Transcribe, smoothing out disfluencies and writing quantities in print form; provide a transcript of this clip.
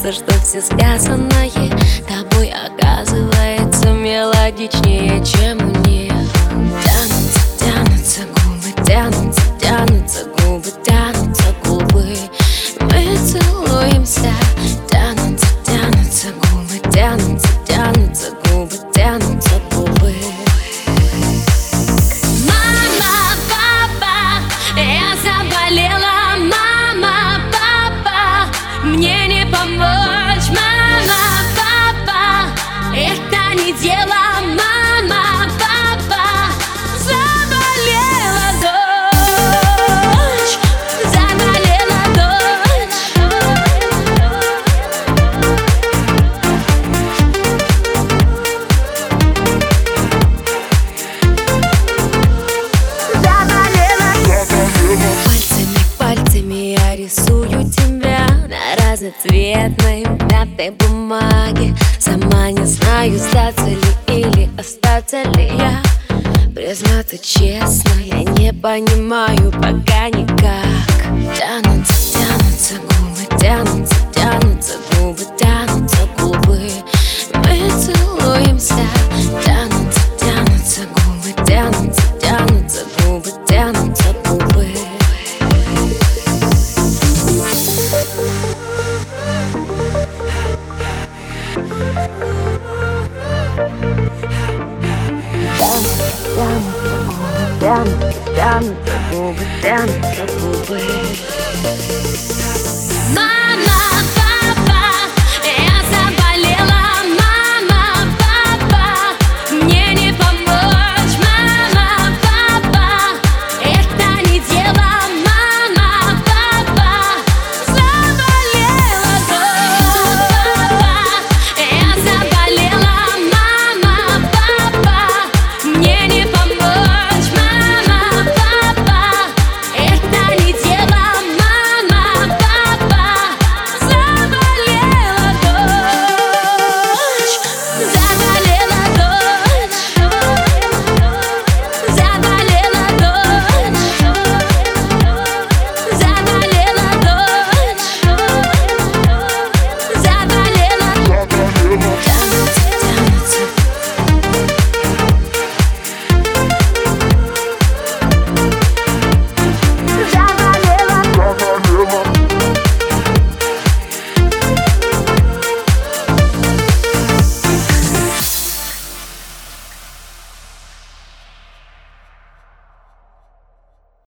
кажется, что все сказанное тобой оказывается мелодичнее, чем мне. Тянутся, тянутся губы, тянутся, тянутся губы, тянутся губы. Мы целуемся. Тянутся, тянутся губы, тянутся, тянутся губы, тянутся губы. Мама, папа, я заболела. Мама, папа, мне не помочь. Мама, папа, это не дело. Мама, папа, заболела дочь, заболела дочь. Пальцами, пальцами я рисую тебя на разноцветной мятой бумаге. Сама не знаю, сдаться ли или остаться ли я. Признаться честно, я не понимаю пока никак. Тянутся, тянутся губы, тянутся, тянутся губы, тянутся губы. Мы целуемся. Тянутся, тянутся губы, тянутся, тянутся губы, тянутся губы. Тянутся губы, тянутся губы.